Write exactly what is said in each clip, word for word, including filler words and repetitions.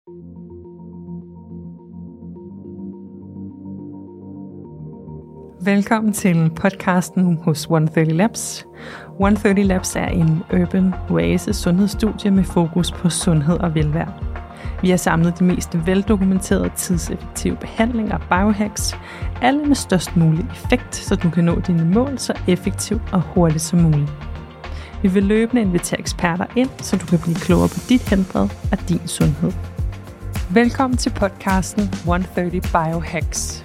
Velkommen til podcasten hos et hundrede og tredive Labs. et hundrede og tredive Labs er en urban oasis sundhedsstudie med fokus på sundhed og velvære. Vi har samlet de mest veldokumenterede tidseffektive behandlinger, biohacks, alle med størst mulig effekt, så du kan nå dine mål så effektivt og hurtigt som muligt. Vi vil løbende invitere eksperter ind, så du kan blive klogere på dit helbred og din sundhed. Velkommen til podcasten et hundrede og tredive Biohacks.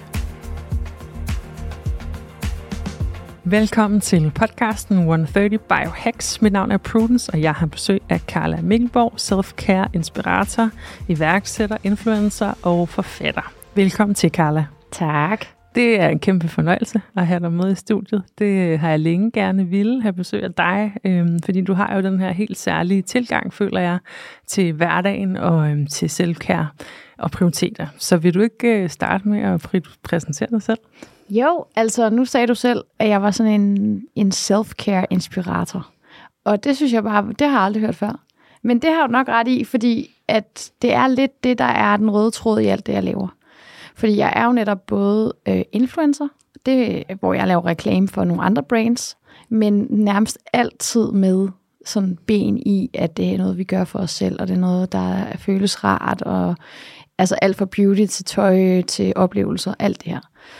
Velkommen til podcasten et hundrede og tredive Biohacks. Mit navn er Prudence, og jeg har besøg af Carla Mikkelborg, self-care inspirator, iværksætter, influencer og forfatter. Velkommen til, Carla. Tak. Det er en kæmpe fornøjelse at have dig med i studiet. Det har jeg længe gerne ville have besøg af dig, øhm, fordi du har jo den her helt særlige tilgang, føler jeg, til hverdagen og øhm, til self-care og prioriteter. Så vil du ikke øh, starte med at pr- præsentere dig selv? Jo, altså nu sagde du selv, at jeg var sådan en, en self-care inspirator. Og det synes jeg bare, det har jeg aldrig hørt før. Men det har du nok ret i, fordi at det er lidt det, der er den røde tråd i alt det, jeg laver. Fordi jeg er jo netop både øh, influencer, det, hvor jeg laver reklame for nogle andre brands, men nærmest altid med sådan ben i, at det er noget, vi gør for os selv, og det er noget, der føles rart, og altså alt fra beauty til tøj til oplevelser, alt det her.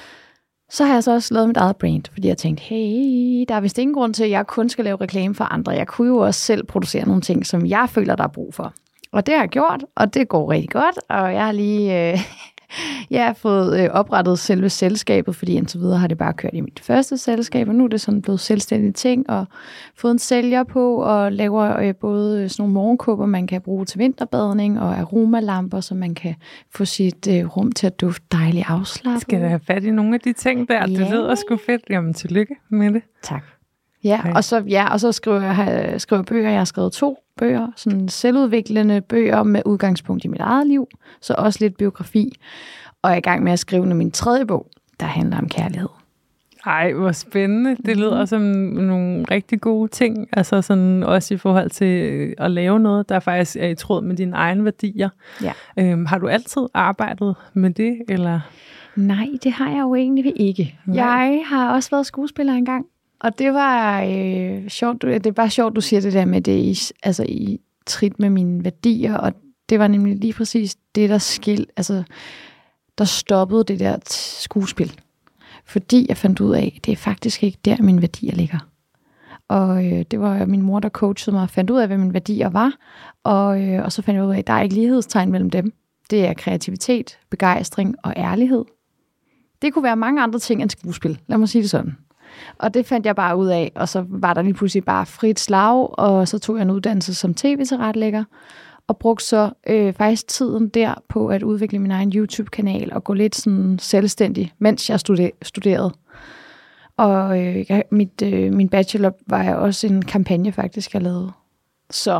Så har jeg så også lavet mit eget brand, fordi jeg tænkte, hey, der er vist ingen grund til, at jeg kun skal lave reklame for andre. Jeg kunne jo også selv producere nogle ting, som jeg føler, der er brug for. Og det har jeg gjort, og det går rigtig godt, og jeg har lige øh, jeg har fået øh, oprettet selve selskabet, fordi indtil videre har det bare kørt i mit første selskab, og nu er det sådan blevet selvstændige ting, og fået en sælger på, og laver øh, både sådan nogle morgenkåber, man kan bruge til vinterbadning, og aromalamper, så man kan få sit øh, rum til at dufte dejligt afslappet. Skal du have fat i nogle af de ting der? Ja. Det lyder sgu fedt. Jamen, tillykke med det. Tak. Ja, okay. og så ja, og så skriver jeg skriver bøger. Jeg har skrevet to bøger, sådan selvudviklende bøger med udgangspunkt i mit eget liv, så også lidt biografi. Og jeg er i gang med at skrive min tredje bog, der handler om kærlighed. Ej, hvor spændende. Det lyder mm-hmm. som nogle rigtig gode ting, altså sådan også i forhold til at lave noget, der faktisk er i tråd med dine egne værdier. Ja. Øhm, har du altid arbejdet med det, eller? Nej, det har jeg jo egentlig ikke. Nej. Jeg har også været skuespiller engang. Og det var øh, sjovt, det er bare sjovt, du siger det der med det i, altså i trit med mine værdier, og det var nemlig lige præcis det, der skil, altså der stoppede det der skuespil. Fordi jeg fandt ud af, at det er faktisk ikke der, mine værdier ligger. Og øh, det var min mor, der coachede mig og fandt ud af, hvad mine værdier var, og, øh, og så fandt jeg ud af, at der er ikke lighedstegn mellem dem. Det er kreativitet, begejstring og ærlighed. Det kunne være mange andre ting end skuespil, lad mig sige det sådan. Og det fandt jeg bare ud af, og så var der lige pludselig bare frit slag, og så tog jeg en uddannelse som tv-tilrettelægger, og brugte så øh, faktisk tiden der på at udvikle min egen YouTube-kanal, og gå lidt sådan selvstændig, mens jeg studerede. Og øh, jeg, mit, øh, min bachelor var jeg også en kampagne faktisk, jeg lavede. Så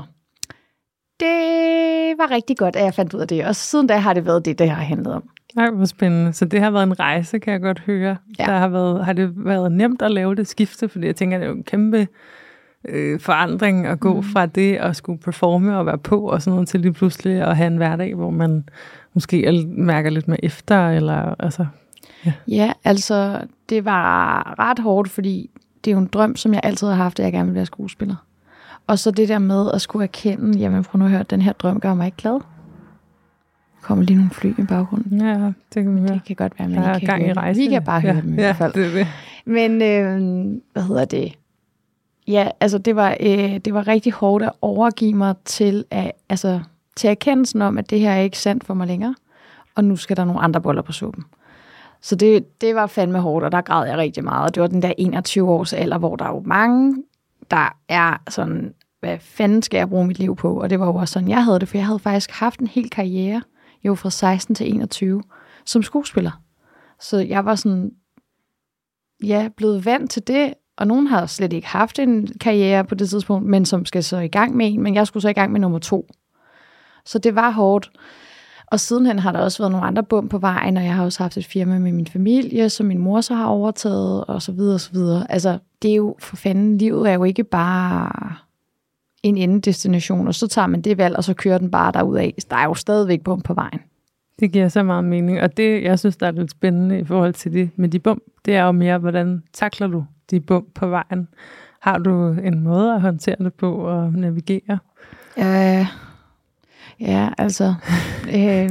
det var rigtig godt, at jeg fandt ud af det, og siden da har det været det, det har handlet om. Nej, hvor spændende. Så det har været en rejse, kan jeg godt høre. Ja. Der har, været, har det været nemt at lave det skifte, fordi jeg tænker, det er jo en kæmpe øh, forandring at gå mm. fra det at skulle performe og være på og sådan noget, til lige pludselig at have en hverdag, hvor man måske mærker lidt mere efter, eller altså... Ja, ja altså, det var ret hårdt, fordi det er jo en drøm, som jeg altid har haft, at jeg gerne vil være skuespiller. Og så det der med at skulle erkende, jamen prøv nu at høre, den her drøm gør mig ikke glad. Kommer lige nogle fly i baggrunden. Ja, det kan vi Det kan godt være, men der er kan gang i rejsen. Vi kan bare høre ja, dem i ja, hvert fald. Det er det. Men øh, hvad hedder det? Ja, altså det var øh, det var rigtig hårdt at overgive mig til at altså til erkendelsen om, at det her er ikke sandt for mig længere, og nu skal der nogle andre boller på suppen. Så det det var fandme hårdt, og der græd jeg rigtig meget. Og det var den der enogtyve års alder, hvor der er jo mange, der er sådan, hvad fanden skal jeg bruge mit liv på? Og det var jo også sådan, jeg havde det, for jeg havde faktisk haft en hel karriere, jo fra seksten til enogtyve, som skuespiller. Så jeg var sådan, ja, blevet vant til det, og nogen har slet ikke haft en karriere på det tidspunkt, men som skal så i gang med en, men jeg skulle så i gang med nummer to. Så det var hårdt. Og sidenhen har der også været nogle andre bump på vejen, og jeg har også haft et firma med min familie, som min mor så har overtaget, og så videre, og så videre. Altså, det er jo, for fanden, livet er jo ikke bare en endedestination, og så tager man det valg, og så kører den bare derudad. Der er jo stadigvæk bump på vejen. Det giver så meget mening, og det, jeg synes, der er lidt spændende i forhold til det med de bump, det er jo mere, hvordan takler du de bump på vejen? Har du en måde at håndtere det på og navigere? Øh, ja, altså... øh,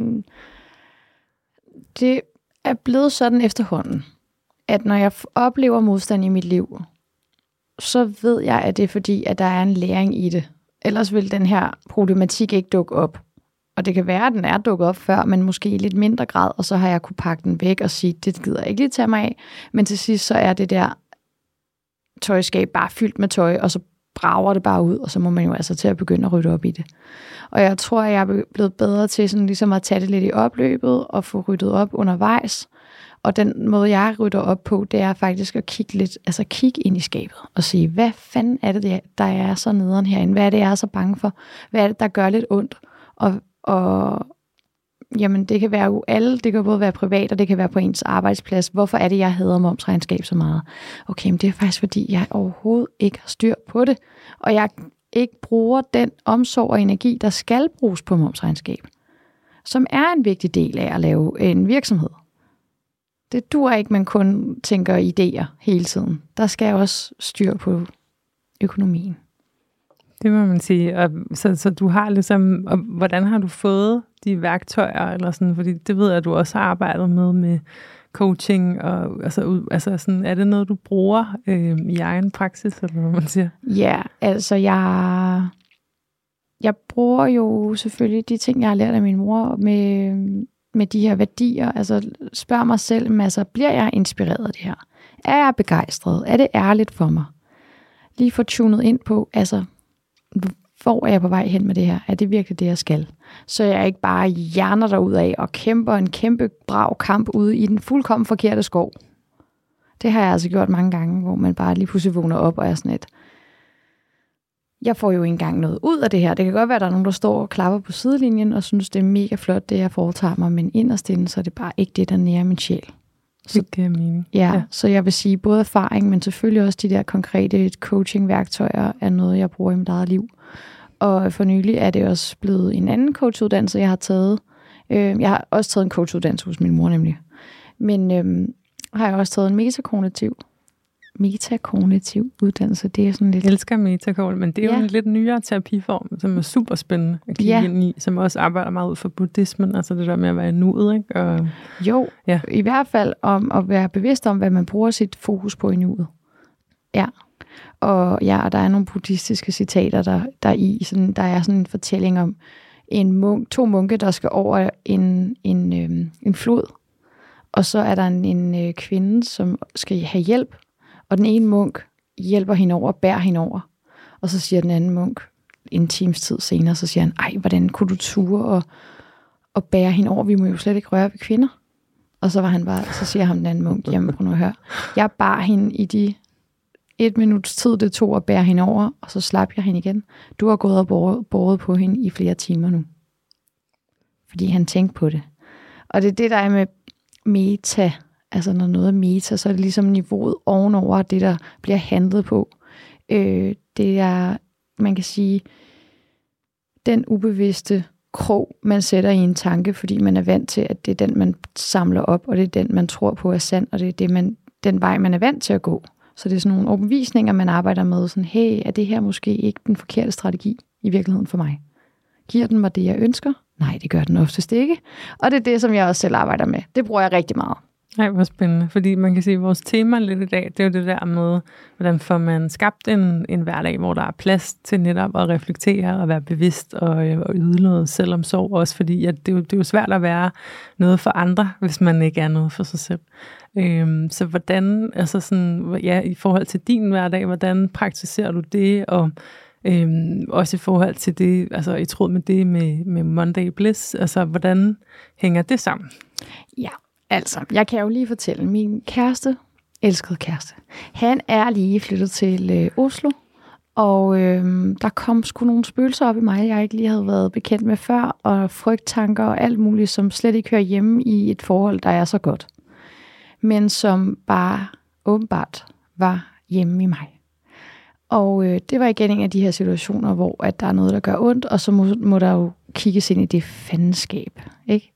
det er blevet sådan efterhånden, at når jeg oplever modstand i mit liv, så ved jeg, at det er fordi, at der er en læring i det. Ellers vil den her problematik ikke dukke op. Og det kan være, at den er dukket op før, men måske i lidt mindre grad, og så har jeg kunne pakke den væk og sige, det gider jeg ikke lige tage mig af. Men til sidst, så er det der tøjskab bare fyldt med tøj, og så brager det bare ud, og så må man jo altså til at begynde at rydde op i det. Og jeg tror, at jeg er blevet bedre til sådan ligesom at tage det lidt i opløbet, og få ryddet op undervejs. Og den måde, jeg rydder op på, det er faktisk at kigge lidt, altså kigge ind i skabet og sige, hvad fanden er det, der er så nederen herinde? Hvad er det, jeg er så bange for? Hvad er det, der gør lidt ondt? Og, og jamen, det kan være jo alle, det kan både være privat, og det kan være på ens arbejdsplads. Hvorfor er det, jeg hader momsregnskab så meget? Okay, men det er faktisk, fordi jeg overhovedet ikke har styr på det, og jeg ikke bruger den omsorg og energi, der skal bruges på momsregnskab, som er en vigtig del af at lave en virksomhed. Det duer ikke, man kun tænker idéer hele tiden. Der skal også styr på økonomien. Det må man sige. Og så, så du har ligesom, og hvordan har du fået de værktøjer, eller sådan, fordi det ved jeg, at du også har arbejdet med, med coaching, og altså, altså sådan, er det noget, du bruger øh, i egen praksis, eller hvad man siger? Ja, altså jeg, jeg bruger jo selvfølgelig de ting, jeg har lært af min mor med, med de her værdier. Altså spørg mig selv, altså, bliver jeg inspireret af det her? Er jeg begejstret? Er det ærligt for mig? Lige få tunet ind på, altså, hvor er jeg på vej hen med det her? Er det virkelig det, jeg skal? Så jeg ikke bare hjerner derud af og kæmper en kæmpe brav kamp ude i den fuldkommen forkerte skov. Det har jeg altså gjort mange gange, hvor man bare lige pludselig vågner op og er sådan et, jeg får jo ikke engang noget ud af det her. Det kan godt være, at der er nogen, der står og klapper på sidelinjen og synes, det er mega flot, det jeg foretager mig, men inderst inde, så er det bare ikke det, der nærer min sjæl. Så, det giver mening. Ja, ja, så jeg vil sige, både erfaring, men selvfølgelig også de der konkrete coaching-værktøjer er noget, jeg bruger i mit eget liv. Og for nylig er det også blevet en anden coachuddannelse, jeg har taget. Jeg har også taget en coachuddannelse hos min mor nemlig. Men øhm, har jeg også taget en metakognitiv metakognitiv uddannelse. Det er sådan lidt... Jeg elsker metakognitiv, men det er jo ja. en lidt nyere terapiform, som er super spændende at kigge ja. ind i, som også arbejder meget ud for buddhismen, altså det der med at være i nuet, ikke? Og, jo, ja. i hvert fald om at være bevidst om, hvad man bruger sit fokus på i nuet. Ja. Og ja, og der er nogle buddhistiske citater, der, der, i, sådan, der er sådan en fortælling om en munk, to munke, der skal over en, en, øhm, en flod, og så er der en, en øh, kvinde, som skal have hjælp, og den ene munk hjælper hende over, bærer hende over. Og så siger den anden munk, en times tid senere, så siger han, ej, hvordan kunne du ture og, og bære hende over? Vi må jo slet ikke røre ved kvinder. Og så var han bare, så siger ham den anden munk, jamen prøv nu at høre. Jeg bar hende i de et minuts tid, det tog at bære hende over, og så slap jeg hende igen. Du har gået og båret, båret på hende i flere timer nu. Fordi han tænkte på det. Og det er det, der er med meta. Altså når noget er meta, så er det ligesom niveauet ovenover det, der bliver handlet på. Øh, det er, man kan sige, den ubevidste krog, man sætter i en tanke, fordi man er vant til, at det er den, man samler op, og det er den, man tror på er sand, og det er det, man, den vej, man er vant til at gå. Så det er sådan nogle overbevisninger, man arbejder med. Sådan, hey, er det her måske ikke den forkerte strategi i virkeligheden for mig? Giver den mig det, jeg ønsker? Nej, det gør den oftest ikke. Og det er det, som jeg også selv arbejder med. Det bruger jeg rigtig meget. Nej, hvor spændende. Fordi man kan sige, at vores tema lidt i dag, det er jo det der med, hvordan får man skabt en, en hverdag, hvor der er plads til netop at reflektere og være bevidst og, og yde noget selvomsorg. Også fordi at det, er jo, det er jo svært at være noget for andre, hvis man ikke er noget for sig selv. Øhm, så hvordan, altså sådan, ja, i forhold til din hverdag, hvordan praktiserer du det, og øhm, også i forhold til det, altså i tråd med det med, med Monday Bliss, altså hvordan hænger det sammen? Ja, altså, jeg kan jo lige fortælle, min kæreste, elskede kæreste, han er lige flyttet til øh, Oslo, og øh, der kom sgu nogle spøgelser op i mig, jeg ikke lige havde været bekendt med før, og frygttanker og alt muligt, som slet ikke hører hjemme i et forhold, der er så godt, men som bare åbenbart var hjemme i mig. Og øh, det var igen en af de her situationer, hvor at der er noget, der gør ondt, og så må, må der jo kigges ind i det fandenskab, ikke?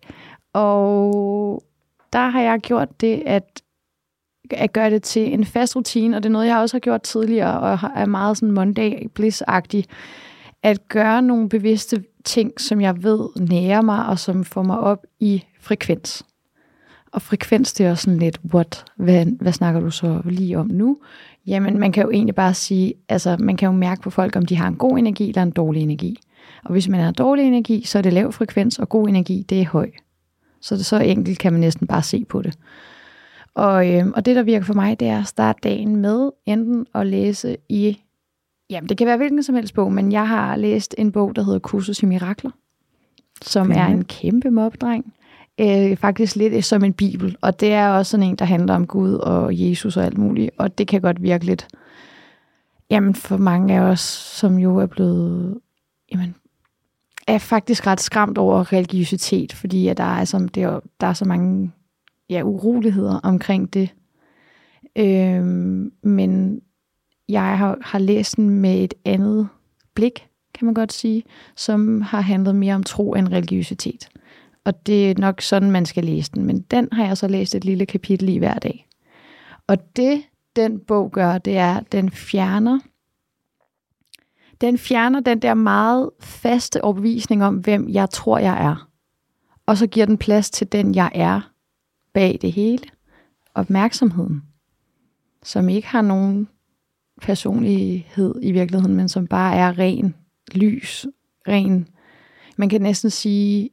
Og der har jeg gjort det, at, at gøre det til en fast rutine, og det er noget, jeg også har gjort tidligere, og er meget sådan Monday bliss-agtig, at gøre nogle bevidste ting, som jeg ved nærer mig, og som får mig op i frekvens. Og frekvens, det er også sådan lidt, what? Hvad, hvad snakker du så lige om nu? Jamen, man kan jo egentlig bare sige, altså, man kan jo mærke på folk, om de har en god energi eller en dårlig energi. Og hvis man har dårlig energi, så er det lav frekvens, og god energi, det er høj. Så det er så enkelt, kan man næsten bare se på det. Og, øhm, og det, der virker for mig, det er at starte dagen med enten at læse i, jamen det kan være hvilken som helst bog, men jeg har læst en bog, der hedder Kursus i Mirakler, som mm. er en kæmpe mobdreng. Øh, faktisk lidt som en bibel, og det er også sådan en, der handler om Gud og Jesus og alt muligt, og det kan godt virke lidt, jamen for mange af os, som jo er blevet, jamen, er faktisk ret skræmt over religiøsitet, fordi at der, er, som, det er, der er så mange ja, uroligheder omkring det. Øh, men jeg har, har læst den med et andet blik, kan man godt sige, som har handlet mere om tro end religiøsitet. Og det er nok sådan, man skal læse den. Men den har jeg så læst et lille kapitel i hver dag. Og det, den bog gør, det er, at den fjerner, den fjerner den der meget faste overbevisning om, hvem jeg tror, jeg er. Og så giver den plads til den, jeg er bag det hele. Opmærksomheden. Som ikke har nogen personlighed i virkeligheden, men som bare er ren lys. Ren, man kan næsten sige,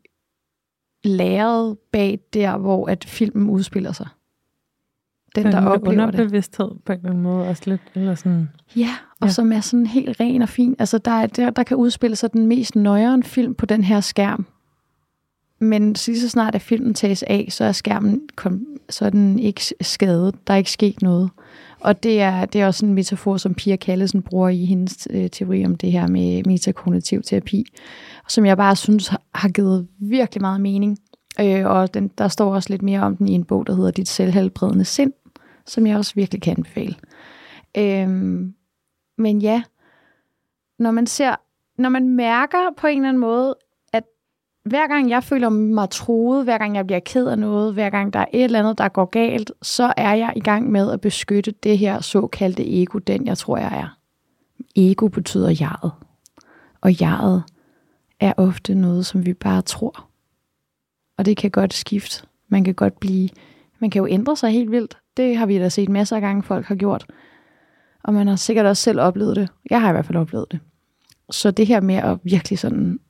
læret bag der, hvor at filmen udspiller sig. Den, der oplever underbevidsthed på en eller anden måde også lidt, eller sådan. Ja, og ja. Som er sådan helt ren og fin. Altså, der, er, der, der kan udspille sig den mest nøjeren film på den her skærm. Men lige så snart at filmen tages af, så er skærmen så er den ikke skadet. Der er ikke sket noget. Og det er, det er også en metafor, som Pia Kallesen bruger i hendes øh, teori om det her med metakognitiv terapi, som jeg bare synes har givet virkelig meget mening. Øh, og den, der står også lidt mere om den i en bog, der hedder Dit selvhelbredende sind, som jeg også virkelig kan anbefale. Øh, men ja, når man ser, når man mærker på en eller anden måde, at hver gang jeg føler mig truet, hver gang jeg bliver ked af noget, hver gang der er et eller andet, der går galt, så er jeg i gang med at beskytte det her såkaldte ego, den jeg tror, jeg er. Ego betyder jeget. Og jeget er ofte noget, som vi bare tror. Og det kan godt skifte. Man kan godt blive, man kan jo ændre sig helt vildt. Det har vi da set masser af gange, folk har gjort. Og man har sikkert også selv oplevet det. Jeg har i hvert fald oplevet det. Så det her med at virkelig sådan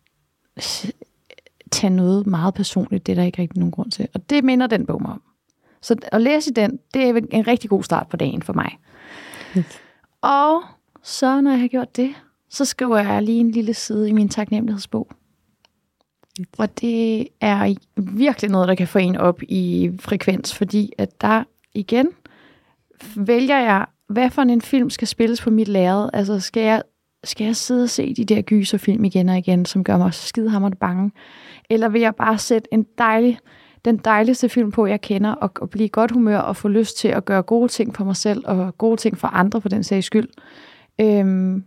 tage noget meget personligt, det er der ikke rigtig nogen grund til. Og det minder den bog mig om. Så at læse den, det er en rigtig god start på dagen for mig. Fedt. Og så når jeg har gjort det, så skriver jeg lige en lille side i min taknemmelighedsbog. Fedt. Og det er virkelig noget, der kan få en op i frekvens, fordi at der igen vælger jeg, hvad for en film skal spilles på mit lærred. Altså skal jeg, skal jeg sidde og se de der gyserfilm igen og igen, som gør mig skidehammerende bange? Eller vil jeg bare sætte en dejlig, den dejligste film på, jeg kender, og, og blive i godt humør og få lyst til at gøre gode ting for mig selv, og gode ting for andre for den sags skyld. Øhm,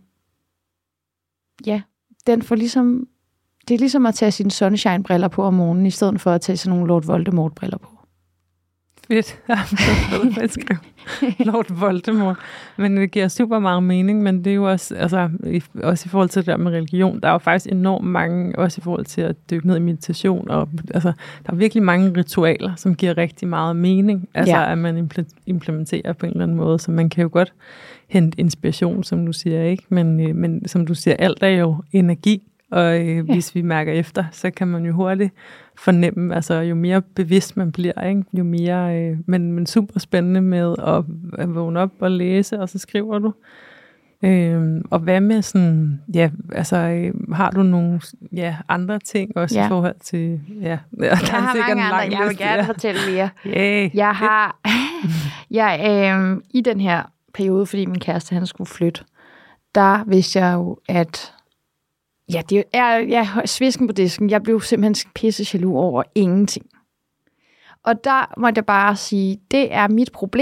ja, den får ligesom, det er ligesom at tage sine sunshine-briller på om morgenen, i stedet for at tage sådan nogle Lord Voldemort-briller på. Fedt. Jeg har skrevet Lord Voldemort. Men det giver super meget mening, men det er jo også, altså, i, også i forhold til det der med religion, der er jo faktisk enormt mange, også i forhold til at dykke ned i meditation, og altså, der er virkelig mange ritualer, som giver rigtig meget mening, altså ja. At man implementerer på en eller anden måde, så man kan jo godt hente inspiration, som du siger, ikke? Men, men som du siger, alt er jo energi, og øh, ja. Hvis vi mærker efter, så kan man jo hurtigt fornemme, altså jo mere bevidst man bliver, ikke? Jo mere, øh, men, men super spændende med at, at vågne op og læse, og så skriver du. Øh, og hvad med sådan, ja, altså øh, har du nogle ja, andre ting også ja. I forhold til, ja. Der jeg har mange andre, jeg vil gerne fortælle mere. Yeah, jeg har, jeg, øh, i den her periode, fordi min kæreste, han skulle flytte, der vidste jeg jo, at ja, det er ja, svisken på disken. Jeg blev simpelthen pisse jaloux over ingenting. Og der måtte jeg bare sige, det er mit problem,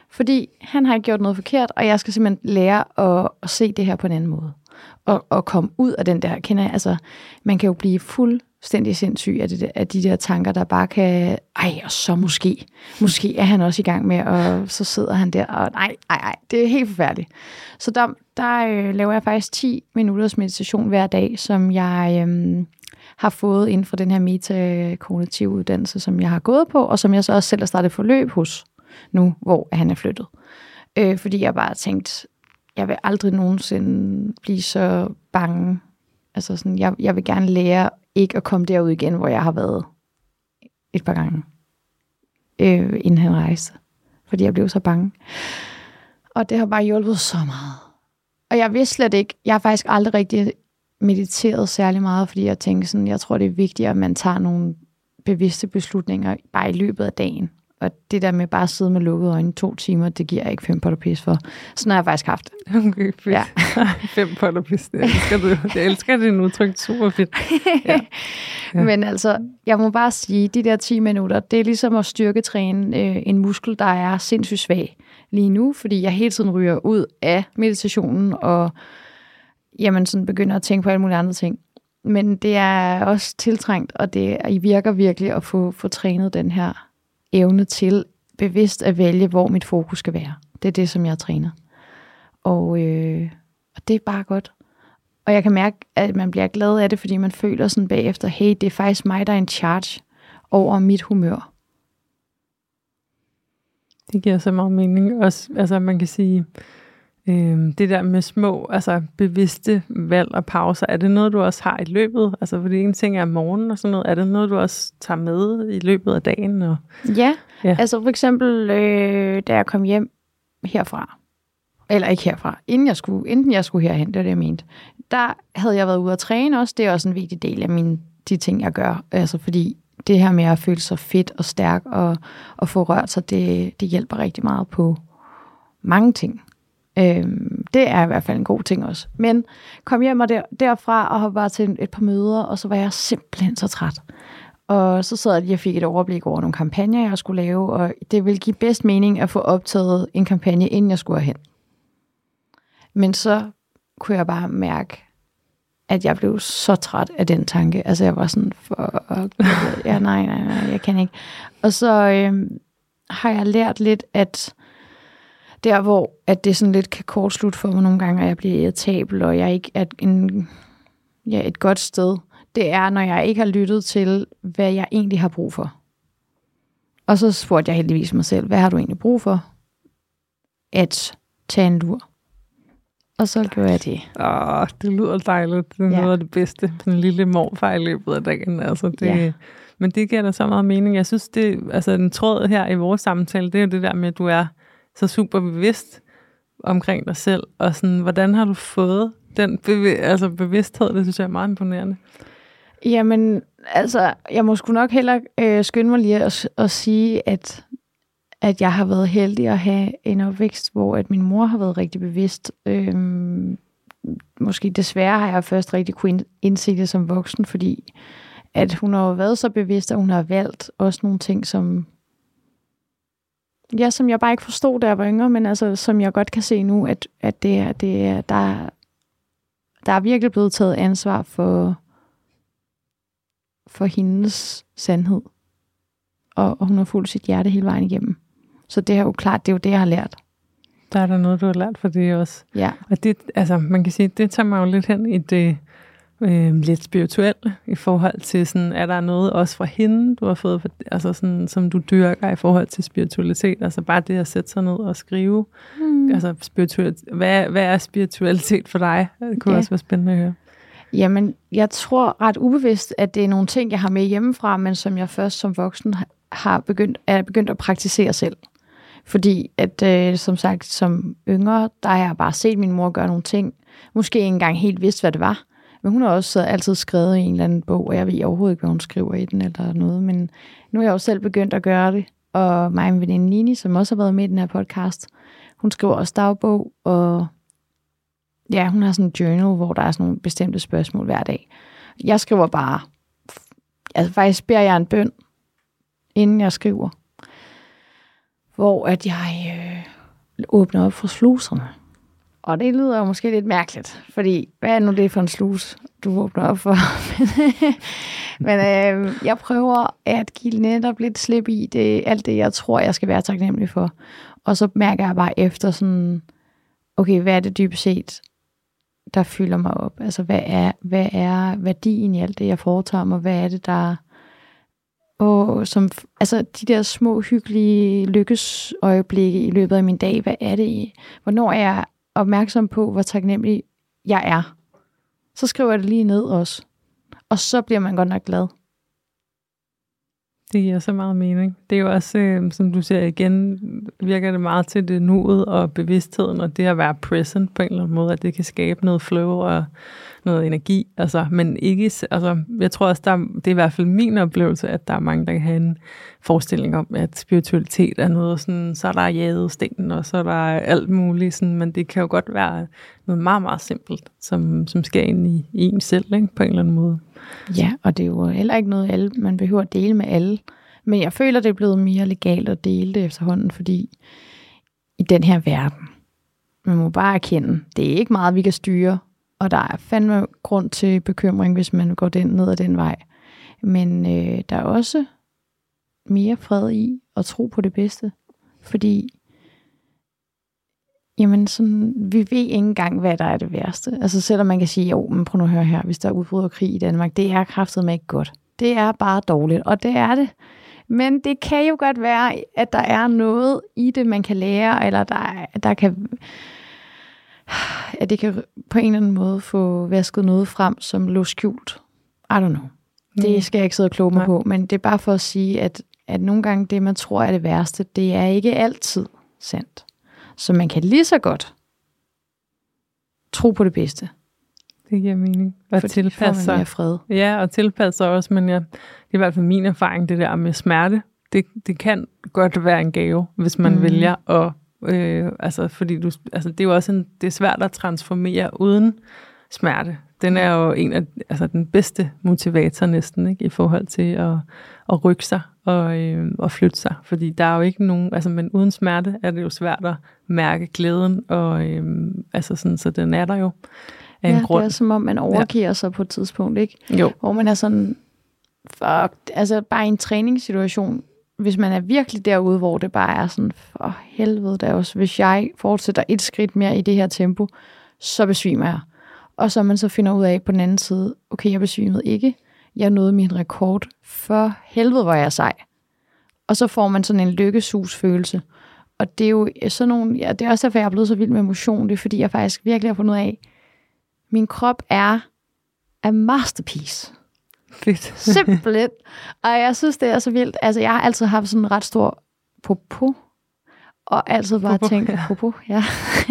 Fordi han har ikke gjort noget forkert, og jeg skal simpelthen lære at, at se det her på en anden måde. Og, og komme ud af den der, kender jeg, altså, man kan jo blive fuldstændig sindssyg af, det, af de der tanker, der bare kan, ej, og så måske, måske er han også i gang med, og så sidder han der, og nej, nej, nej, det er helt forfærdeligt. Så der, der øh, laver jeg faktisk ti minutters meditation hver dag, som jeg øh, har fået inden for den her metakognitive uddannelse, som jeg har gået på, og som jeg så også selv har startet forløb hos nu, hvor han er flyttet. Øh, fordi jeg bare tænkt, jeg vil aldrig nogensinde blive så bange. Altså sådan, jeg, jeg vil gerne lære ikke at komme derud igen, hvor jeg har været et par gange, øh, inden han rejste. Fordi jeg blev så bange. Og det har bare hjulpet så meget. Og jeg vidste slet ikke, jeg har faktisk aldrig rigtig mediteret særlig meget, fordi jeg tænker sådan, jeg tror det er vigtigt, at man tager nogle bevidste beslutninger bare i løbet af dagen. Og det der med bare at sidde med lukkede øjne to timer, det giver jeg ikke fem potter pis for. Sådan har jeg faktisk haft det. Okay, fedt. Ja. Fem potter pis, det elsker du. Jeg elsker det udtryk, super fedt. Ja. Ja. Men altså, jeg må bare sige, de der ti minutter, det er ligesom at styrketræne øh, en muskel, der er sindssygt svag lige nu, fordi jeg hele tiden ryger ud af meditationen, og jamen, sådan begynder at tænke på alle mulige andre ting. Men det er også tiltrængt, og det I virker virkelig at få, få trænet den her evne til bevidst at vælge, hvor mit fokus skal være. Det er det, som jeg træner. Og, øh, og det er bare godt. Og jeg kan mærke, at man bliver glad af det, fordi man føler sådan bagefter, hey, det er faktisk mig, der er in charge over mit humør. Det giver så meget mening. Også, altså man kan sige, øh, det der med små, altså bevidste valg og pauser, er det noget, du også har i løbet? Altså fordi en ting er morgen og sådan noget, er det noget, du også tager med i løbet af dagen? Og, ja, ja, altså for eksempel, øh, da jeg kom hjem herfra, eller ikke herfra, inden jeg skulle, inden jeg skulle herhen, det var det, jeg mente, der havde jeg været ude at træne også. Det er også en vigtig del af mine, de ting, jeg gør. Altså fordi det her med at føle sig fedt og stærk og, og få rørt sig, det, det hjælper rigtig meget på mange ting. Øhm, det er i hvert fald en god ting også. Men kom hjem og der, derfra og har bare til et par møder, og så var jeg simpelthen så træt. Og så sad jeg lige og fik et overblik over nogle kampagner, jeg skulle lave, og det ville give bedst mening at få optaget en kampagne, inden jeg skulle hen. Men så kunne jeg bare mærke, at jeg blev så træt af den tanke. Altså jeg var sådan, for, ja, nej, nej, nej, jeg kan ikke. Og så øhm, har jeg lært lidt, at der hvor at det sådan lidt kan kortslutte for mig nogle gange, og jeg bliver irritabel, og jeg ikke er en, ja, et godt sted, det er, når jeg ikke har lyttet til, hvad jeg egentlig har brug for. Og så spurgte jeg heldigvis mig selv, hvad har du egentlig brug for? At tage en lur. Og så gjorde jeg det. Åh, det lyder dejligt. Det er ja. noget af det bedste. Sådan en lille morfar i løbet af dagen. Altså, det, ja. Men det giver da så meget mening. Jeg synes, det, altså den tråd her i vores samtale, det er jo det der med, at du er så super bevidst omkring dig selv. Og sådan, hvordan har du fået den bev- altså bevidsthed? Det synes jeg er meget imponerende. Jamen, altså, jeg må sgu nok hellere øh, skynde mig lige at, at sige, at at jeg har været heldig at have en opvækst, hvor at min mor har været rigtig bevidst. Øhm, måske desværre har jeg først rigtig kunne indse det som voksen, fordi at hun har været så bevidst, at hun har valgt også nogle ting, som ja, som jeg bare ikke forstod, da jeg var yngre, men altså, som jeg godt kan se nu, at, at det er, det er, der, der er virkelig blevet taget ansvar for, for hendes sandhed. Og, og hun har fulgt sit hjerte hele vejen igennem. Så det er jo klart, det er jo det, jeg har lært. Der er der noget, du har lært for det også. Ja. Og det, altså, man kan sige, det tager mig jo lidt hen i det øh, lidt spirituelle, i forhold til sådan, er der noget også fra hende, du har fået, altså sådan, som du dyrker i forhold til spiritualitet? Altså bare det at sætte sig ned og skrive. Mm. Altså spiritualitet. Hvad, hvad er spiritualitet for dig? Det kunne ja. også være spændende at høre. Jamen, jeg tror ret ubevidst, at det er nogle ting, jeg har med hjemmefra, men som jeg først som voksen har begyndt, er begyndt at praktisere selv. Fordi at, øh, som sagt, som yngre, der har jeg bare set min mor gøre nogle ting. Måske ikke engang helt vidst, hvad det var. Men hun har også altid skrevet i en eller anden bog, og jeg ved overhovedet ikke, hvad hun skriver i den eller noget. Men nu er jeg jo selv begyndt at gøre det. Og mig og min veninde Nini, som også har været med i den her podcast, hun skriver også dagbog, og ja, hun har sådan en journal, hvor der er sådan nogle bestemte spørgsmål hver dag. Jeg skriver bare, altså faktisk beder jeg en bøn, inden jeg skriver. Hvor at jeg, øh, åbne op for sluserne. Og det lyder jo måske lidt mærkeligt, fordi hvad er nu det for en slus, du åbner op for? Men øh, jeg prøver at give netop lidt slip i det, alt det, jeg tror, jeg skal være taknemmelig for. Og så mærker jeg bare efter sådan, okay, hvad er det dybest set, der fylder mig op? Altså, hvad er, hvad er værdien i alt det, jeg foretager mig? Hvad er det, der... Og som, altså, de der små, hyggelige lykkesøjeblikke i løbet af min dag, hvad er det i? Hvornår er jeg opmærksom på, hvor taknemmelig jeg er? Så skriver jeg det lige ned også. Og så bliver man godt nok glad. Det giver så meget mening. Det er jo også, øh, som du siger igen, virker det meget til det nuet og bevidstheden, og det at være present på en eller anden måde, at det kan skabe noget flow og noget energi. Altså, men ikke, altså, jeg tror også, der, det er i hvert fald min oplevelse, at der er mange, der kan have en forestilling om, at spiritualitet er noget sådan, så er der jadesten, og så er der alt muligt, sådan, men det kan jo godt være noget meget, meget simpelt, som, som sker ind i, i en selv, ikke, på en eller anden måde. Ja, og det er jo heller ikke noget, alle, man behøver at dele med alle. Men jeg føler, det er blevet mere legalt at dele det efterhånden, fordi i den her verden, man må bare erkende, det er ikke meget, vi kan styre, og der er fandme grund til bekymring, hvis man går den ned ad den vej. Men øh, der er også mere fred i at tro på det bedste, fordi jamen sådan, vi ved ikke engang, hvad der er det værste. Altså selvom man kan sige, jo, men prøv nu at høre her, hvis der udbryder krig i Danmark, det er kraftedeme ikke godt. Det er bare dårligt, og det er det. Men det kan jo godt være, at der er noget i det, man kan lære, eller der, der kan, at det kan på en eller anden måde få vasket noget frem, som lå skjult. I don't know. Det skal jeg ikke sidde og kloge mig på, men det er bare for at sige, at, at nogle gange det, man tror er det værste, det er ikke altid sandt. Så man kan lige så godt tro på det bedste. Det giver mening. Og tilpasse sig. Fred. Ja, og tilpasse sig også, men ja, det er i hvert fald min erfaring, det der med smerte. Det, det kan godt være en gave, hvis man mm. vælger at, øh, altså fordi du, altså det er jo også en, det er svært at transformere uden smerte. Den er jo en af, altså den bedste motivator næsten, ikke, i forhold til at, at rykke sig og, øh, og flytte sig. Fordi der er jo ikke nogen, altså men uden smerte er det jo svært at mærke glæden, og øh, altså sådan, så den er der jo af en ja, grund. Det er som om man overgiver ja. sig på et tidspunkt, ikke? Jo. Hvor man er sådan, fuck, altså bare i en træningssituation, hvis man er virkelig derude, hvor det bare er sådan, for helvede da også, hvis jeg fortsætter et skridt mere i det her tempo, så besvimer jeg. Og så man så finder ud af på den anden side, okay, jeg besvimede ikke, jeg nåede min rekord, for helvede hvor jeg er sej. Og så får man sådan en lykkesusfølelse. Og det er jo sådan nogle, ja, det er også derfor, jeg er blevet så vild med motion, det er fordi, jeg faktisk virkelig har fundet ud af, min krop er a masterpiece. Fedt. Simpelthen. Og jeg synes, det er så vildt. Altså, jeg har altid haft sådan en ret stor popo, og altid bare popo, tænkt, ja. popo, ja.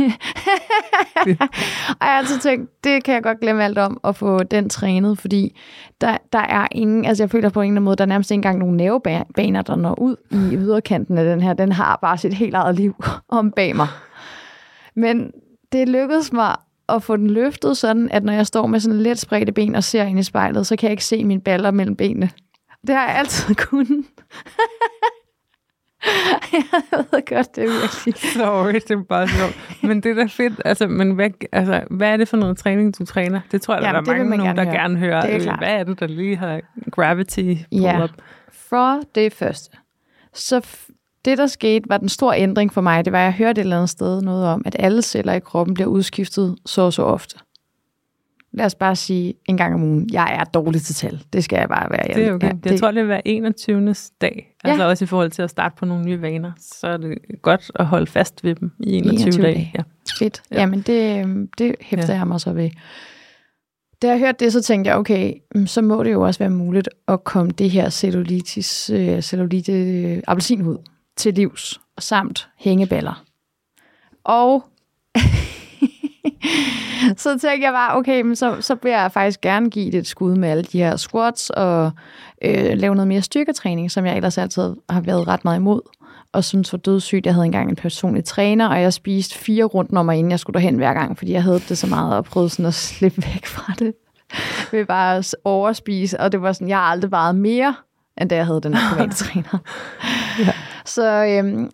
Og jeg har altid tænkt, det kan jeg godt glemme alt om, at få den trænet, fordi der, der er ingen, altså jeg føler på en eller anden måde, der er nærmest ikke engang nogen nervebaner, der når ud i yderkanten af den her. Den har bare sit helt eget liv om bag mig. Men det lykkedes mig at få den løftet sådan, at når jeg står med sådan lidt spredte ben og ser ind i spejlet, så kan jeg ikke se mine baller mellem benene. Det har jeg altid kunnet. Jeg ved godt, det er virkelig. Sorry, det er bare sjovt. Men det er da fedt. Altså, men hvad, altså, hvad er det for noget træning, du træner? Det tror jeg, Jamen, der er mange nogen, der høre. gerne hører. Det er hvad er det, der lige har gravity ja. op? For det første. Så f- det, der skete, var den store ændring for mig. Det var, at jeg hørte et eller andet sted noget om, at alle celler i kroppen bliver udskiftet så og så ofte. Lad os bare sige en gang om ugen, jeg er dårlig til tal. Det skal jeg bare være. Det er okay. Ja, jeg det... tror, det vil være enogtyvende dag. Ja. Altså også i forhold til at starte på nogle nye vaner. Så er det godt at holde fast ved dem i enogtyve, enogtyve dage. Ja. Fedt. Ja. Jamen det, det hæfter ja. jeg mig så ved. Da jeg hørte det, så tænkte jeg, okay, så må det jo også være muligt at komme det her cellulitis, uh, cellulite uh, appelsinhud til livs, samt hængeballer. Og så tænkte jeg bare, okay, men så, så vil jeg faktisk gerne give det et skud med alle de her squats og øh, lave noget mere styrketræning, som jeg ellers altid har været ret meget imod, og synes var dødssygt. Jeg havde engang en personlig træner, og jeg spiste fire rundnummer, inden jeg skulle derhen hver gang, fordi jeg havde det så meget og prøvede sådan at slippe væk fra det. Jeg ville bare overspise, og det var sådan, jeg har aldrig vejet mere, end da jeg havde den her private træner. Ja. Så øhm,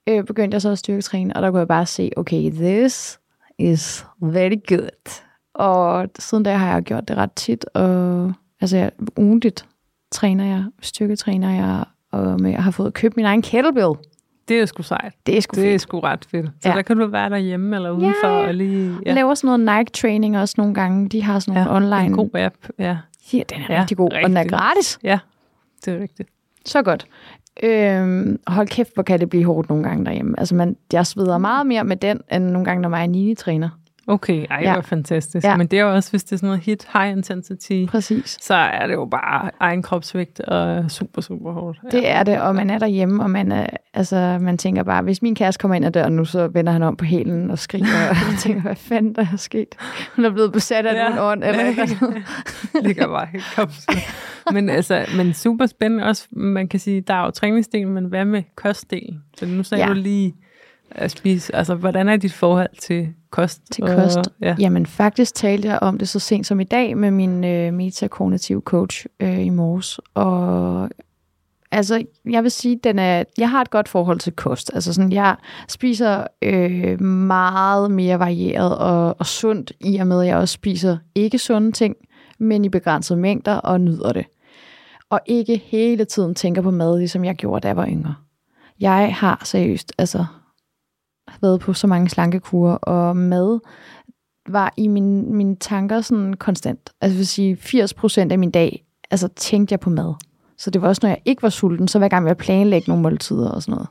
øh, begyndte jeg så at styrketræne, og der kunne jeg bare se, okay, this is very good. Og siden da har jeg gjort det ret tit, og altså jeg, ugentligt træner jeg, styrketræner jeg, og med, jeg har fået købt min egen kettlebell. Det er sgu sejt. Det er sgu, det er sgu ret fedt. Så ja. Der kan du være derhjemme eller udenfor. Ja, og lige, ja. laver sådan noget Nike-training også nogle gange. De har sådan nogle ja, online. en god app, ja. Ja, den er ja, rigtig god, rigtig. Og den er gratis. Ja, det er rigtigt. Så godt. Øhm, hold kæft, hvor kan det blive hårdt nogle gange derhjemme. Altså, man, jeg sveder meget mere med den, end nogle gange, når mig er Nini-træner. Okay, ej, det ja. var fantastisk. Ja. Men det er jo også, hvis det er sådan noget hit, high intensity, præcis. Så er det jo bare egen kropsvægt og super, super hårdt. Ja. Det er det, og man er derhjemme, og man, er, altså, man tænker bare, hvis min kæreste kommer ind ad døren nu, så vender han om på hælen og skriger, og tænker, hvad fanden der er sket? Hun er blevet besat af ja. nogen ånd, eller ja. Ligger bare helt kopslet. Men, altså, men super spændende også, man kan sige, der er jo træningsdelen, men hvad med kostdelen? Så nu sagde ja. du lige at spise, altså hvordan er dit forhold til kost? Til kost? Og, ja. Jamen faktisk talte jeg om det så sent som i dag med min øh, metakognitive coach øh, i morges, og altså jeg vil sige, den er, jeg har et godt forhold til kost, altså sådan, jeg spiser øh, meget mere varieret og, og sundt, i og med at jeg også spiser ikke sunde ting, men i begrænsede mængder og nyder det. Og ikke hele tiden tænker på mad, ligesom jeg gjorde, da jeg var yngre. Jeg har seriøst altså været på så mange slankekurer, og mad var i mine, mine tanker sådan konstant. Altså jeg vil sige, firs procent af min dag, altså tænkte jeg på mad. Så det var også, når jeg ikke var sulten, så var jeg i gang med at planlægge nogle måltider og sådan noget.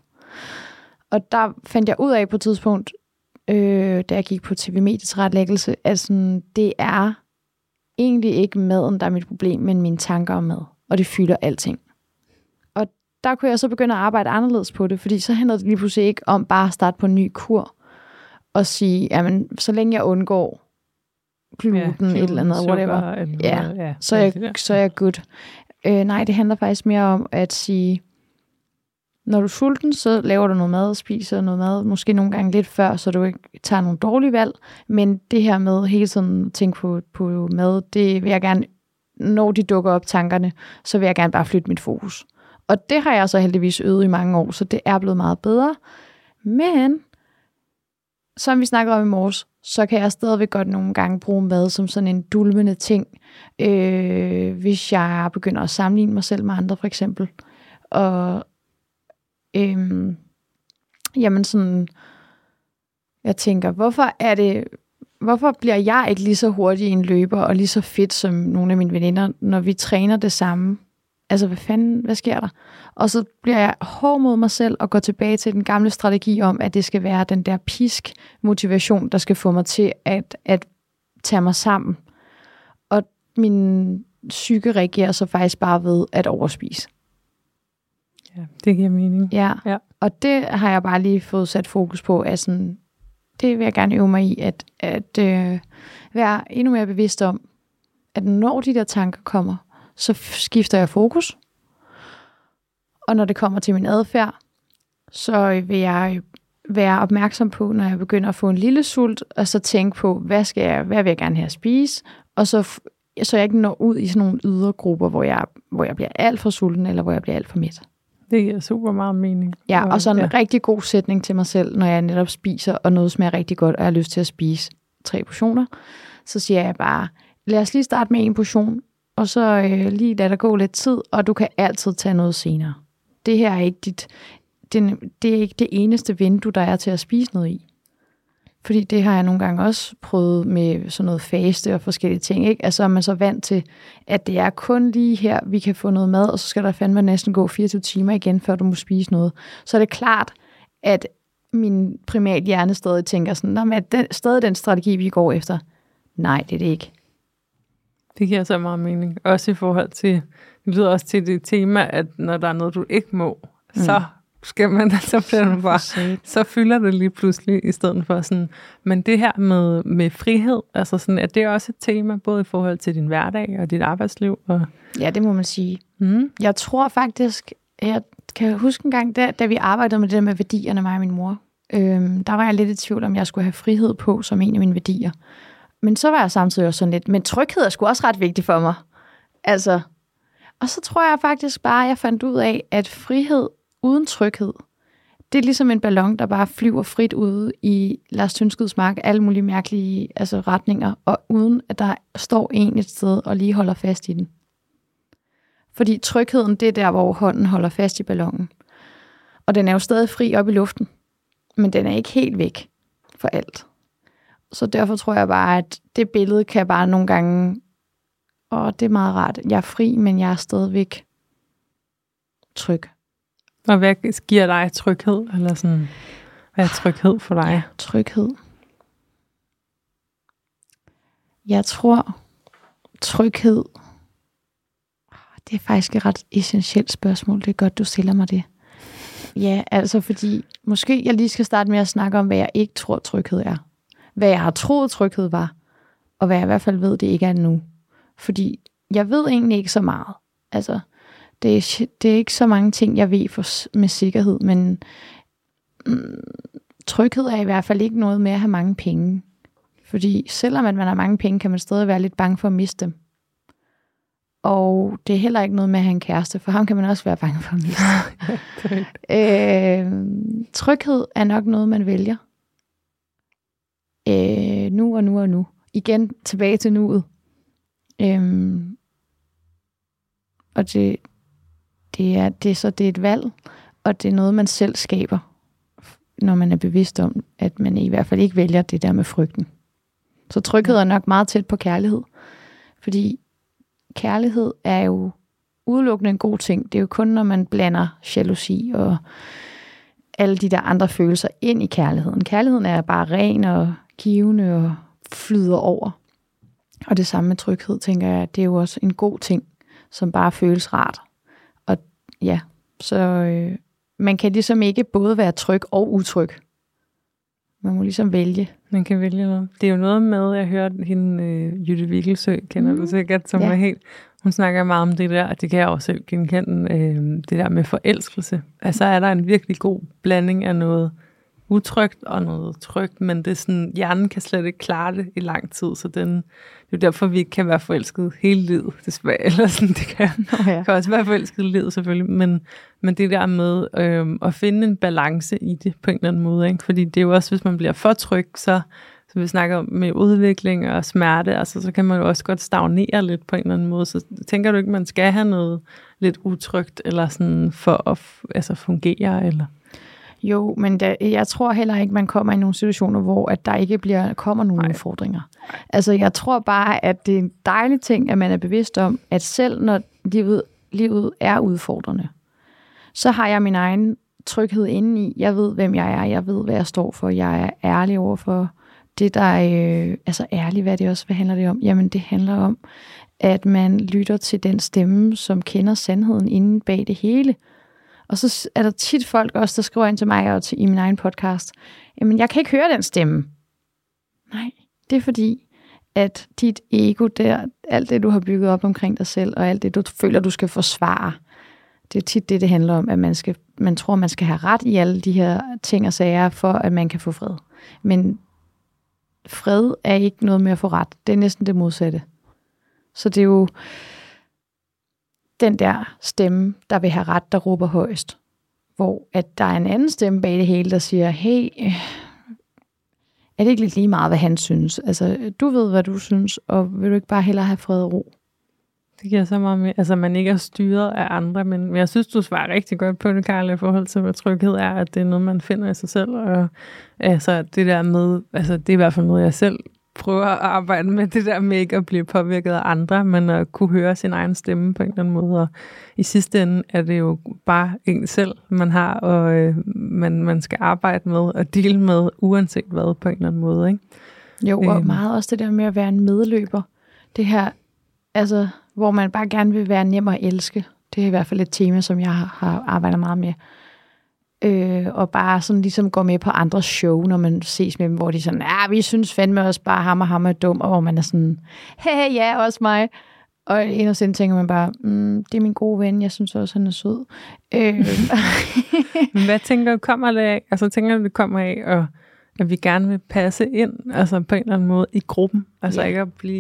Og der fandt jeg ud af på et tidspunkt, øh, da jeg gik på T V-medietilrettelæggelse, at sådan, det er egentlig ikke maden, der er mit problem, men mine tanker om mad. Og det fylder alting. Og der kunne jeg så begynde at arbejde anderledes på det, fordi så handlede det lige pludselig ikke om bare at starte på en ny kur og sige, jamen, så længe jeg undgår gluten, ja, gluten et eller andet, sukker, whatever, eller, ja, ja, så, er jeg, så er jeg good. Øh, nej, det handler faktisk mere om at sige, når du er sulten, så laver du noget mad, spiser noget mad, måske nogle gange lidt før, så du ikke tager nogle dårlige valg, men det her med hele tiden at tænke på, på mad, det vil jeg gerne, når de dukker op tankerne, så vil jeg gerne bare flytte mit fokus. Og det har jeg så heldigvis øvet i mange år, så det er blevet meget bedre. Men, som vi snakker om i morges, så kan jeg stadigvæk godt nogle gange bruge mad som sådan en dulmende ting, øh, hvis jeg begynder at sammenligne mig selv med andre, for eksempel. Og øh, jamen sådan, jeg tænker, hvorfor er det, hvorfor bliver jeg ikke lige så hurtig en løber og lige så fedt som nogle af mine veninder, når vi træner det samme? Altså, hvad fanden, hvad sker der? Og så bliver jeg hård mod mig selv og går tilbage til den gamle strategi om, at det skal være den der pisk-motivation, der skal få mig til at, at tage mig sammen. Og min psyke reagerer så faktisk bare ved at overspise. Ja, det giver mening. Ja, ja. Og det har jeg bare lige fået sat fokus på, at sådan, det vil jeg gerne øve mig i, at, at øh, være endnu mere bevidst om, at når de der tanker kommer, så skifter jeg fokus. Og når det kommer til min adfærd, så vil jeg være opmærksom på, når jeg begynder at få en lille sult, og så tænke på, hvad skal jeg, hvad vil jeg gerne have at spise, og så, så jeg ikke når ud i sådan nogle ydre grupper, hvor jeg, hvor jeg bliver alt for sulten, eller hvor jeg bliver alt for mæt. Det giver super meget mening. Ja, og så en ja. rigtig god sætning til mig selv, når jeg netop spiser, og noget smager rigtig godt, og jeg har lyst til at spise tre portioner, så siger jeg bare, lad os lige starte med en portion, og så øh, lige lad der gå lidt tid, og du kan altid tage noget senere. Det her er ikke dit, det, det er ikke det eneste vindue, der er til at spise noget i. Fordi det har jeg nogle gange også prøvet med sådan noget faste og forskellige ting, ikke? Altså er man så vant til, at det er kun lige her, vi kan få noget mad, og så skal der fandme næsten gå fireogtyve timer igen, før du må spise noget. Så er det klart, at min primat hjerne stadig tænker sådan, nå, men er det stadig den strategi, vi går efter? Nej, det er det ikke. Det giver så meget mening. Også i forhold til, det lyder også til det tema, at når der er noget, du ikke må, mm. så skal man, så bliver man bare, så fylder det lige pludselig, i stedet for sådan, men det her med, med frihed, altså sådan, at det er også et tema, både i forhold til din hverdag og dit arbejdsliv. Og ja, det må man sige. Mm. Jeg tror faktisk, jeg kan huske en gang, da, da vi arbejdede med det der med værdierne, mig og min mor, øhm, der var jeg lidt i tvivl, om jeg skulle have frihed på som en af mine værdier. Men så var jeg samtidig også sådan lidt, men tryghed er sgu også ret vigtigt for mig. Altså, og så tror jeg faktisk bare, at jeg fandt ud af, at frihed uden tryghed, det er ligesom en ballon, der bare flyver frit ude i Lars Tynskyds mark, alle mulige mærkelige altså, retninger, og uden at der står en et sted og lige holder fast i den. Fordi trygheden, det er der, hvor hånden holder fast i ballonen. Og den er jo stadig fri op i luften, men den er ikke helt væk for alt. Så derfor tror jeg bare, at det billede kan bare nogle gange, og det er meget rart, jeg er fri, men jeg er stadigvæk tryg. Og hvad giver dig tryghed? Eller sådan, hvad er tryghed for dig? Ja, tryghed. Jeg tror, tryghed, det er faktisk et ret essentielt spørgsmål. Det er godt, du stiller mig det. Ja, altså fordi, måske jeg lige skal starte med at snakke om, hvad jeg ikke tror, tryghed er. Hvad jeg har troet, tryghed var, og hvad jeg i hvert fald ved, det ikke er nu. Fordi jeg ved egentlig ikke så meget. Altså, det er, det er ikke så mange ting, jeg ved for, med sikkerhed, men mm, tryghed er i hvert fald ikke noget med at have mange penge. Fordi selvom at man har mange penge, kan man stadig være lidt bange for at miste dem. Og det er heller ikke noget med at have en kæreste, for ham kan man også være bange for at miste. øh, tryghed er nok noget, man vælger. Øh, nu og nu og nu. Igen tilbage til nuet. Øh, og det, det, er, det er så det er et valg, og det er noget, man selv skaber, når man er bevidst om, at man i hvert fald ikke vælger det der med frygten. Så tryghed er nok meget tæt på kærlighed. Fordi kærlighed er jo udelukkende en god ting. Det er jo kun, når man blander jalousi og alle de der andre følelser ind i kærligheden. Kærligheden er bare ren og givende og flyder over. Og det samme med tryghed, tænker jeg, det er jo også en god ting, som bare føles rart. Og ja, så øh, man kan ligesom ikke både være tryg og utryg. Man må ligesom vælge. Man kan vælge noget. Det er jo noget med, jeg hørte hende, øh, Jytte Vigelsø, kender mm. du sikkert, som ja. er helt, hun snakker meget om det der, og det kan jeg også selv genkende, øh, det der med forelskelse. Altså er der en virkelig god blanding af noget utrygt og noget trygt, men det er sådan, hjernen kan slet ikke klare det i lang tid, så den, det er derfor, vi ikke kan være forelsket hele livet, desværre. Eller sådan, det kan, oh, ja. kan også være forelsket i livet selvfølgelig, men, men det der med øh, at finde en balance i det på en eller anden måde, ikke? Fordi det er jo også, hvis man bliver for tryg, så som vi snakker om med udvikling og smerte, altså, så kan man jo også godt stagnere lidt på en eller anden måde, så tænker du ikke, man skal have noget lidt utrygt, eller sådan for at altså, fungere, eller... Jo, men da, jeg tror heller ikke, man kommer i nogle situationer, hvor at der ikke bliver, kommer nogle Nej. udfordringer. Altså, jeg tror bare, at det er en dejlig ting, at man er bevidst om, at selv når livet, livet er udfordrende, så har jeg min egen tryghed indeni. Jeg ved, hvem jeg er. Jeg ved, hvad jeg står for. Jeg er ærlig over for det, der er... Øh, altså, ærlig, hvad det også, hvad handler det om? Jamen, det handler om, at man lytter til den stemme, som kender sandheden inde bag det hele. Og så er der tit folk også, der skriver ind til mig og til, i min egen podcast, jamen jeg kan ikke høre den stemme. Nej, det er fordi, at dit ego der, alt det du har bygget op omkring dig selv, og alt det du føler, du skal forsvare, det er tit det, det handler om, at man, skal, man tror, man skal have ret i alle de her ting og sager, for at man kan få fred. Men fred er ikke noget med at få ret. Det er næsten det modsatte. Så det er jo den der stemme, der vil have ret, der råber højst. Hvor at der er en anden stemme bag det hele, der siger, hey, er det ikke lidt lige meget, hvad han synes? Altså, du ved, hvad du synes, og vil du ikke bare hellere have fred og ro? Det giver så meget med, altså man ikke er styret af andre, men jeg synes, du svarer rigtig godt på det, Karla, i forhold til, hvad tryghed er, at det er noget, man finder i sig selv, og altså det der med, altså det er i hvert fald noget, jeg selv prøver at arbejde med, det der med ikke at blive påvirket af andre, men at kunne høre sin egen stemme på en eller anden måde, og i sidste ende er det jo bare en selv, man har, og øh, man, man skal arbejde med og deale med, uanset hvad, på en eller anden måde, ikke? Jo, og øhm. meget også det der med at være en medløber, det her, altså, hvor man bare gerne vil være nem at elske, det er i hvert fald et tema, som jeg har, har arbejdet meget med, Øh, og bare sådan ligesom går med på andres show, når man ses med dem, hvor de sådan, ja, vi synes fandme også bare, ham og ham er dum, og hvor man er sådan, hey, ja, også mig. Og inderst inde tænker man bare, mm, det er min gode ven, jeg synes også, han er sød. Øh. Men hvad tænker du, kommer det af? Altså tænker du, det kommer af, og at vi gerne vil passe ind, altså på en eller anden måde, i gruppen? Altså ja. Ikke at blive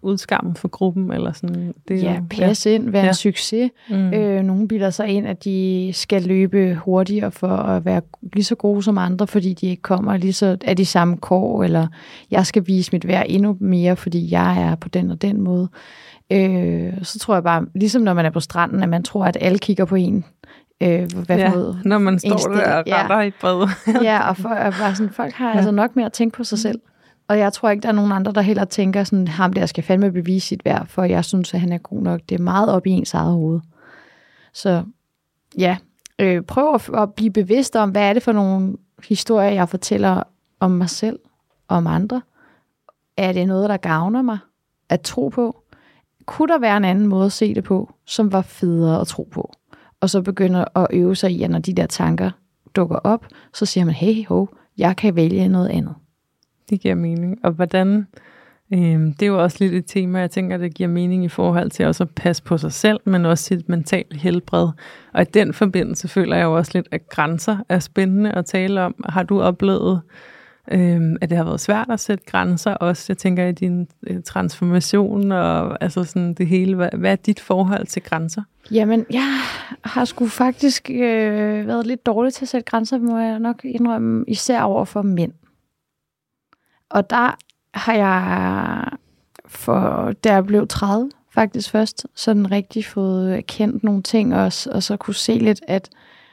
udskammet for gruppen, eller sådan. Det, ja, passe ja. ind, være ja. en succes. Mm. Øh, nogle bilder sig ind, at de skal løbe hurtigere for at være lige så gode som andre, fordi de ikke kommer lige så af de samme kår, eller jeg skal vise mit værd endnu mere, fordi jeg er på den og den måde. Øh, så tror jeg bare, ligesom når man er på stranden, at man tror, at alle kigger på en. Øh, hvad ja, for når man står der og retter ja. i bred. ja, og, for, og bare sådan, folk har ja. altså nok mere at tænke på sig selv. Og jeg tror ikke, der er nogen andre, der heller tænker sådan, ham der skal fandme bevise sit værd, for jeg synes, at han er god nok. Det er meget op i ens eget hoved. Så ja, øh, prøv at, at blive bevidst om, hvad er det for nogle historier, jeg fortæller om mig selv og om andre. Er det noget, der gavner mig at tro på? Kunne der være en anden måde at se det på, som var federe at tro på? Og så begynder at øve sig i, at når de der tanker dukker op, så siger man, hey ho, jeg kan vælge noget andet. Det giver mening. Og hvordan, øh, det er jo også lidt et tema, jeg tænker, det giver mening i forhold til også at passe på sig selv, men også sit mentale helbred. Og i den forbindelse føler jeg jo også lidt, at grænser er spændende at tale om. Har du oplevet, øh, at det har været svært at sætte grænser også? Jeg tænker i din øh, transformation og altså sådan det hele. Hvad, hvad er dit forhold til grænser? Jamen, jeg har sgu faktisk øh, været lidt dårlig til at sætte grænser, må jeg nok indrømme, især over for mænd. Og der har jeg, for, da jeg blev tredive, faktisk først, sådan rigtig fået kendt nogle ting også, og så kunne se lidt, at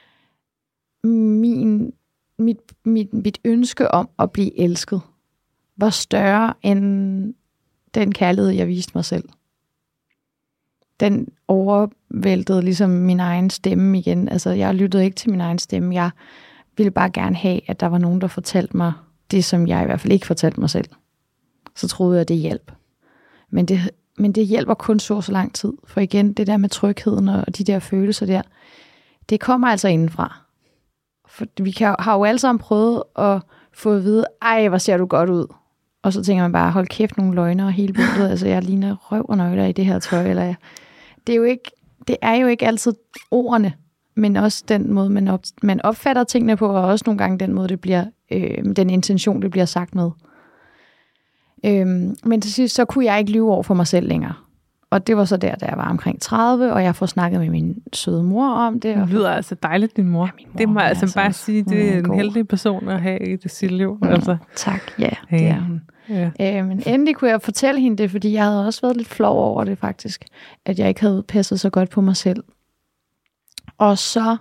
min, mit, mit, mit ønske om at blive elsket var større end den kærlighed, jeg viste mig selv. Den overvæltede ligesom min egen stemme igen. Altså, jeg lyttede ikke til min egen stemme. Jeg ville bare gerne have, at der var nogen, der fortalte mig det, som jeg i hvert fald ikke fortalte mig selv. Så troede jeg, at det hjalp. Men det, men det hjælper kun så så lang tid. For igen, det der med trygheden og de der følelser der, det kommer altså indenfra. For vi kan, har jo alle sammen prøvet at få at vide, ej, hvor ser du godt ud. Og så tænker man bare, hold kæft, nogle løgner og hele bundet. Altså, jeg ligner røv og nøgler i det her tøj. Eller, det, er jo ikke, det er jo ikke altid ordene, men også den måde, man, op, man opfatter tingene på, og også nogle gange den måde, det bliver, øh, den intention, det bliver sagt med. Øhm, men til sidst, så kunne jeg ikke lyve over for mig selv længere. Og det var så der, da jeg var omkring tredive, og jeg får snakket med min søde mor om det. Det lyder altså dejligt, din mor. Ja, mor det må jeg altså bare også sige, det er en god. heldig person at have i det sit liv. Mm, altså. Tak, ja, hey. Det er hun. Ja. Øh, men endelig kunne jeg fortælle hende det, fordi jeg havde også været lidt flov over det faktisk, at jeg ikke havde passet så godt på mig selv. Og så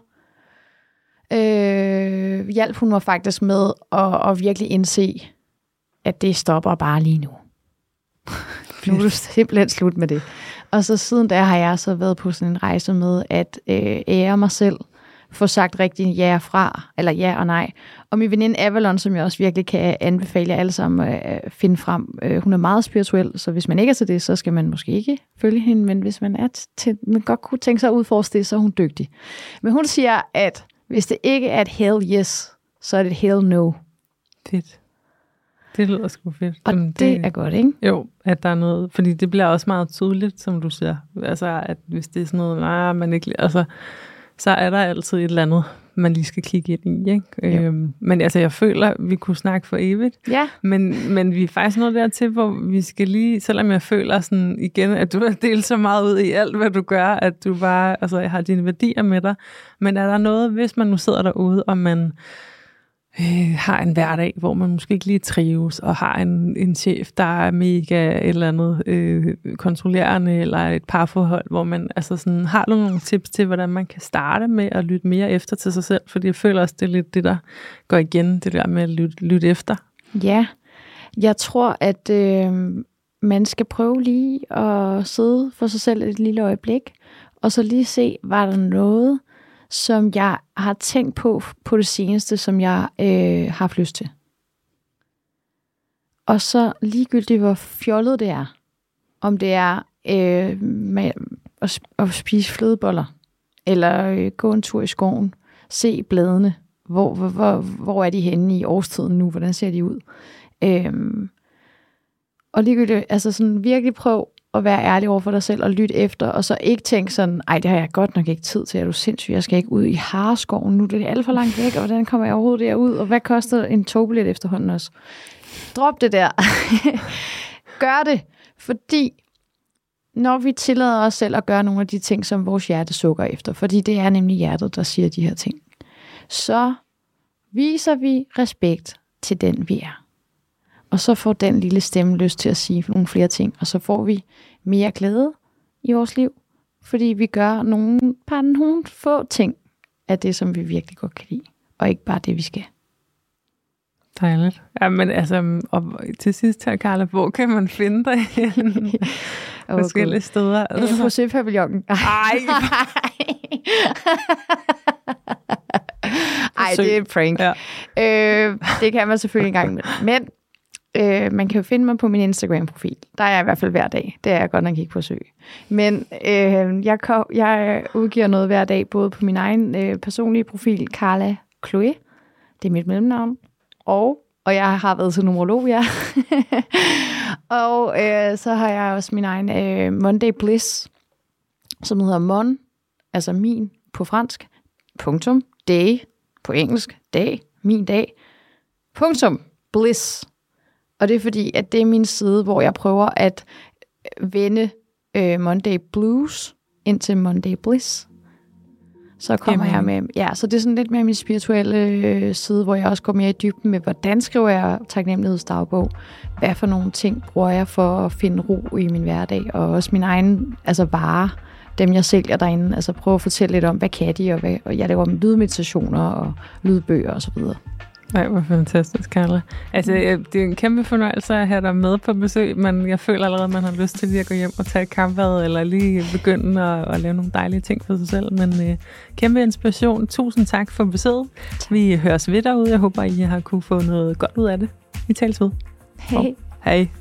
øh, hjalp hun mig faktisk med at, at virkelig indse, at det stopper bare lige nu. Nu er det simpelthen slut med det. Og så siden da har jeg så været på sådan en rejse med at øh, ære mig selv, få sagt rigtig ja fra, eller ja og nej. Og min veninde Avalon, som jeg også virkelig kan anbefale jer alle sammen at øh, finde frem, øh, hun er meget spirituel, så hvis man ikke er til det, så skal man måske ikke følge hende, men hvis man er til, man godt kunne tænke sig at udforske det, så er hun dygtig. Men hun siger, at hvis det ikke er et hell yes, så er det et hell no. Fedt. Det lyder sgu fedt. Og det, det er godt, ikke? Jo, at der er noget, fordi det bliver også meget tydeligt, som du siger. Altså, at hvis det er sådan noget, nej, man ikke, altså, så er der altid et eller andet, man lige skal kigge ind i, ikke? Øhm, men altså, jeg føler, vi kunne snakke for evigt. Ja. Men, men vi er faktisk nået dertil, hvor vi skal lige, selvom jeg føler sådan igen, at du har delt så meget ud i alt, hvad du gør, at du bare, altså, jeg har dine værdier med dig. Men er der noget, hvis man nu sidder derude, og man øh, har en hverdag, hvor man måske ikke lige trives, og har en, en chef, der er mega et eller andet øh, kontrollerende, eller et parforhold, hvor man, altså sådan, har du nogle tips til, hvordan man kan starte med at lytte mere efter til sig selv? Fordi jeg føler også, det er lidt det, der går igen, det der med at lytte, lytte efter. Ja, jeg tror, at øh, man skal prøve lige at sidde for sig selv et lille øjeblik, og så lige se, var der noget, som jeg har tænkt på på det seneste, som jeg øh, har haft lyst til. Og så ligegyldigt, hvor fjollet det er. Om det er øh, med at, at spise flødeboller, eller øh, gå en tur i skoven, se bladene, hvor, hvor, hvor, hvor er de henne i årstiden nu, hvordan ser de ud. Øh, og ligegyldigt, altså sådan virkelig prøv at være ærlig over for dig selv og lytte efter, og så ikke tænke sådan, ej, det har jeg godt nok ikke tid til, er du sindssyg, jeg skal ikke ud i Hareskoven nu, det er alt for langt væk, og hvordan kommer jeg overhovedet derud, og hvad koster en togbillet efterhånden også? Drop det der. Gør det, fordi når vi tillader os selv at gøre nogle af de ting, som vores hjerte sukker efter, fordi det er nemlig hjertet, der siger de her ting, så viser vi respekt til den, vi er. Og så får den lille stemme lyst til at sige nogle flere ting, og så får vi mere glæde i vores liv, fordi vi gør nogle, bare nogle få ting af det, som vi virkelig godt kan lide, og ikke bare det, vi skal. Dejligt. Ja, men altså, og til sidst her, Carla, hvor kan man finde dig hen? Oh, forskellige God. Steder? Øh, på Søpavillonen. Ej! Ej, det er en prank. Ja. Øh, det kan man selvfølgelig engang med. Men øh, man kan jo finde mig på min Instagram-profil. Der er jeg i hvert fald hver dag. Det er jeg godt nok ikke på søg. Men øh, jeg, kom, jeg udgiver noget hver dag, både på min egen øh, personlige profil, Carla Chloe. Det er mit mellemnavn. Og, og jeg har været til numerolog, ja. og øh, så har jeg også min egen øh, Monday Bliss, som hedder Mon, altså min på fransk, punktum, day på engelsk, dag, min dag, punktum, bliss. Og det er fordi, at det er min side, hvor jeg prøver at vende øh, Monday Blues ind til Monday Bliss. Så kommer Jamen. jeg med, ja, så det er sådan lidt mere min spirituelle øh, side, hvor jeg også går mere i dybden med, hvordan skriver jeg taknemmelighedsdagbog, hvad for nogle ting bruger jeg for at finde ro i min hverdag, og også min egen, altså varer, dem jeg sælger derinde, altså prøve at fortælle lidt om, hvad kan de, og, hvad, og jeg laver lydmeditationer og lydbøger og så videre. Nej, hvor fantastisk, Carla. Altså, det er en kæmpe fornøjelse at have dig med på besøg, men jeg føler allerede, at man har lyst til lige at gå hjem og tage et kampbad, eller lige begynde at, at lave nogle dejlige ting for sig selv. Men uh, kæmpe inspiration. Tusind tak for besøget. Vi høres ved derude. Jeg håber, I har kunne få noget godt ud af det. Vi tales ved. Hej. Hej.